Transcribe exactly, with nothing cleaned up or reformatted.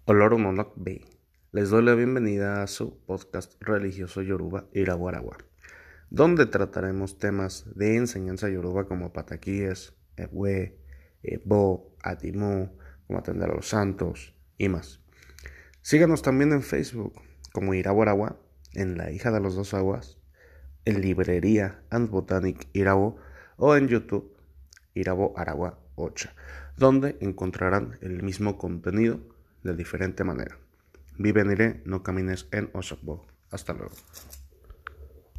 Olorum Monok Bay. Les doy la bienvenida a su podcast religioso Yoruba Irawo Arawa, donde trataremos temas de enseñanza yoruba como pataquíes, ewe, ebo, adimu, cómo atender a los santos y más. Síganos también en Facebook como Irawo Arawa, en La Hija de los Dos Aguas, en Librería and Botanic Irawo o en YouTube Irawo Arawa ocho, donde encontrarán el mismo contenido de diferente manera. Vive en Iré, no camines en Osogbo. Hasta luego.